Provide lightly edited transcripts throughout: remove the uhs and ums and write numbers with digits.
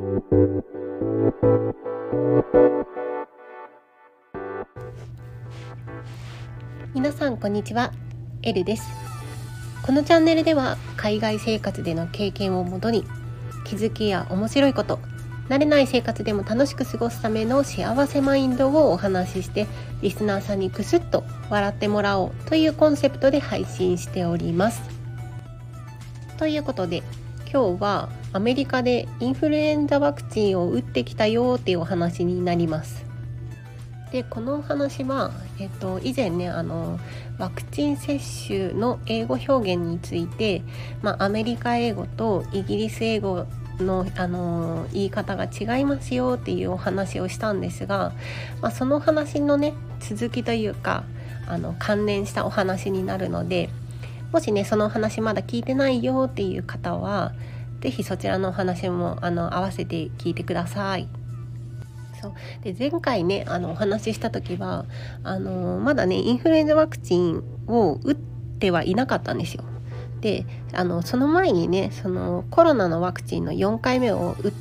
皆さんこんにちは、エルです。このチャンネルでは海外生活での経験をもとに気づきや面白いこと、慣れない生活でも楽しく過ごすための幸せマインドをお話しして、リスナーさんにクスッと笑ってもらおうというコンセプトで配信しております。ということで、今日はアメリカでインフルエンザワクチンを打ってきたよっていうお話になります。で、このお話は、以前ね、ワクチン接種の英語表現について、アメリカ英語とイギリス英語の、言い方が違いますよっていうお話をしたんですが、その話のね続きというか関連したお話になるので、もしねその話まだ聞いてないよっていう方はぜひそちらのお話も合わせて聞いてください。そうで、前回ねお話しした時はまだねインフルエンザワクチンを打ってはいなかったんですよ。でその前にねそのコロナのワクチンの4回目を打って、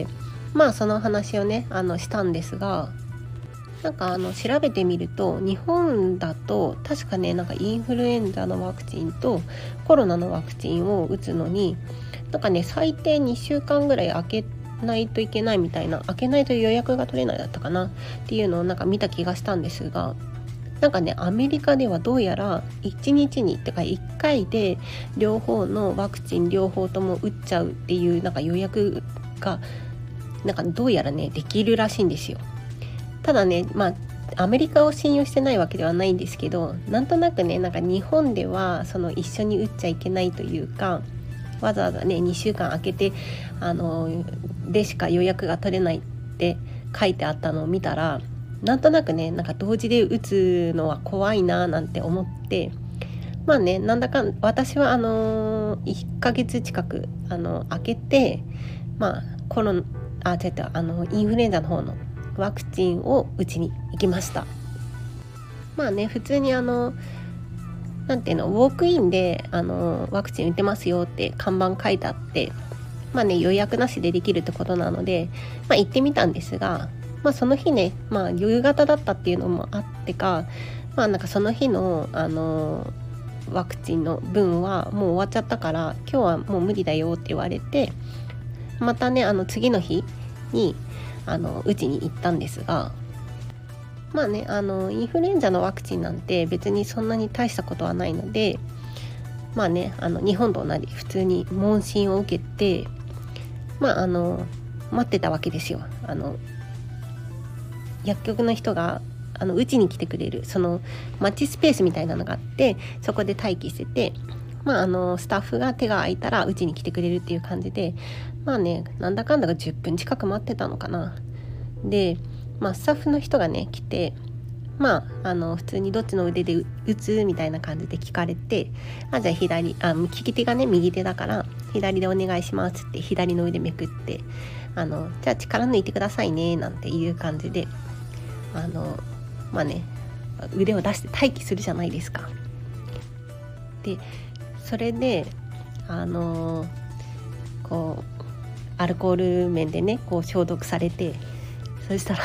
その話をねしたんですが、なんか調べてみると日本だと確かねインフルエンザのワクチンとコロナのワクチンを打つのに最低2週間ぐらい空けないといけないみたいな、開けないと予約が取れないだったかなっていうのを見た気がしたんですが、アメリカではどうやら1日にってか1回で両方のワクチン両方とも打っちゃうっていう予約がどうやらねできるらしいんですよ。ただねアメリカを信用してないわけではないんですけど、なんとなくね日本ではその一緒に打っちゃいけないというか、わざわざね2週間空けてでしか予約が取れないって書いてあったのを見たら、なんとなくね同時で打つのは怖いななんて思って、なんだかん私は1ヶ月近く空けてインフルエンザの方のワクチンを打ちに行きました。普通にウォークインでワクチン打ってますよって看板書いてあって、予約なしでできるってことなので、行ってみたんですが、その日ね、夕方だったっていうのもあってか、その日のワクチンの分はもう終わっちゃったから今日はもう無理だよって言われて、またね次の日に打ちに行ったんですが、インフルエンザのワクチンなんて別にそんなに大したことはないので、日本と同じ普通に問診を受けて待ってたわけですよ。薬局の人が打ちに来てくれるその待ちスペースみたいなのがあって、そこで待機してて、スタッフが手が空いたら打ちに来てくれるっていう感じで、なんだかんだが10分近く待ってたのかな。で、スタッフの人がね来て、普通にどっちの腕で打つみたいな感じで聞かれて、じゃあ利き手がね右手だから左でお願いしますって左の腕めくって、じゃあ力抜いてくださいねなんていう感じで腕を出して待機するじゃないですか。でそれでアルコール面でね消毒されて、そしたら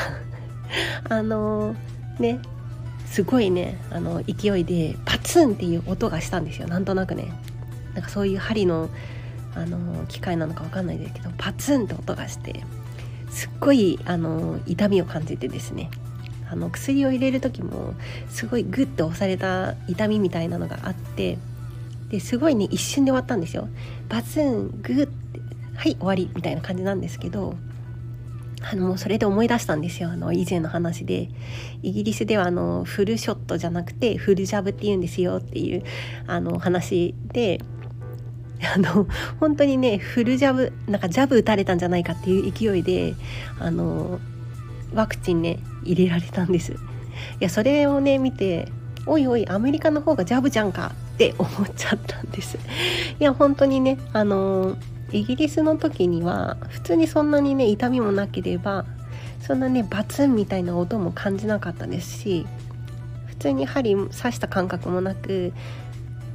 すごいね勢いでパツンっていう音がしたんですよ。なんとなくねそういう針の機械なのか分かんないですけど、パツンって音がしてすっごい痛みを感じてですね、薬を入れる時もすごいグッと押された痛みみたいなのがあって、ですごいね一瞬で終わったんですよ。バツングッってはい終わりみたいな感じなんですけど、もうそれで思い出したんですよ。以前の話でイギリスではフルショットじゃなくてフルジャブって言うんですよっていう話で、本当にねフルジャブジャブ打たれたんじゃないかっていう勢いでワクチンね入れられたんです。いやそれをね見て、おいおいアメリカの方がジャブじゃんかって思っちゃったんです。いや本当にねイギリスの時には普通にそんなにね痛みもなければそんなねバツンみたいな音も感じなかったですし、普通に針刺した感覚もなく、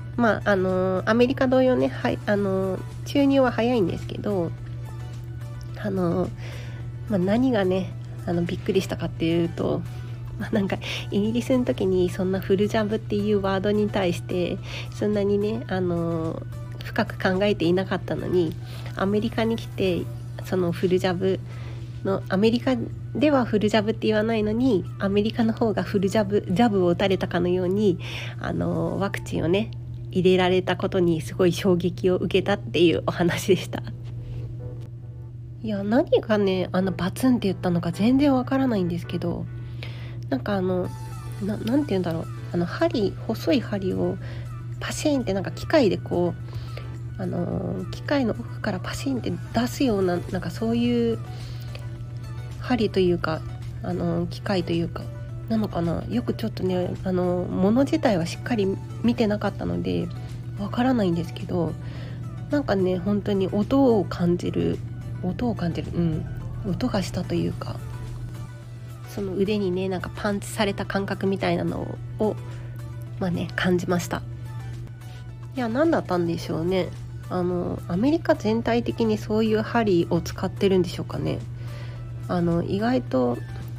アメリカ同様ね、注入は早いんですけど、 何がねびっくりしたかっていうと、なんかイギリスの時にそんなフルジャブっていうワードに対してそんなにね深く考えていなかったのに、アメリカに来てそのフルジャブの、アメリカではフルジャブって言わないのにアメリカの方がジャブを打たれたかのようにワクチンをね入れられたことにすごい衝撃を受けたっていうお話でした。いや、何がねバツンって言ったのか全然わからないんですけど、なんかなんて言うんだろう、細い針をパシーンってなんか機械でこう機械の奥からパシーンって出すような、なんかそういう針というか機械というかなのかな。よくちょっとね物自体はしっかり見てなかったのでわからないんですけど、なんかね本当に音を感じる、音がしたというか、その腕にねなんかパンチされた感覚みたいなのを感じました。いや、何だったんでしょうね。アメリカ全体的にそういう針を使ってるんでしょうかね。意外と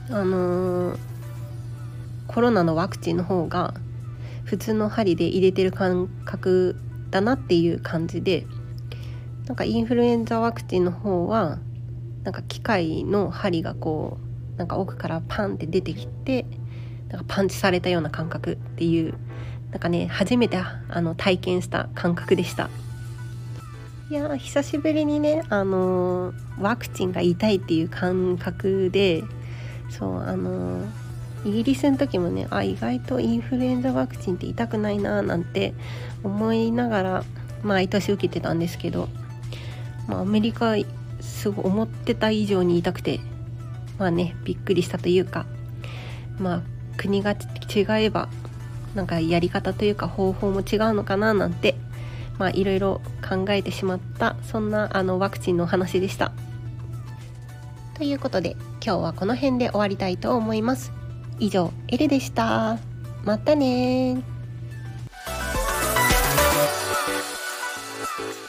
コロナのワクチンの方が普通の針で入れてる感覚だなっていう感じで、なんかインフルエンザワクチンの方はなんか機械の針がこうなんか奥からパンって出てきて、なんかパンチされたような感覚っていう、なんかね初めて体験した感覚でした。いや、久しぶりにねワクチンが痛いっていう感覚で、そうイギリスの時もね意外とインフルエンザワクチンって痛くないななんて思いながら毎年受けてたんですけど、アメリカすごい思ってた以上に痛くてびっくりしたというか、国が違えばなんかやり方というか方法も違うのかななんていろいろ考えてしまった、そんなワクチンのお話でした。ということで今日はこの辺で終わりたいと思います。以上、エルでした。またね。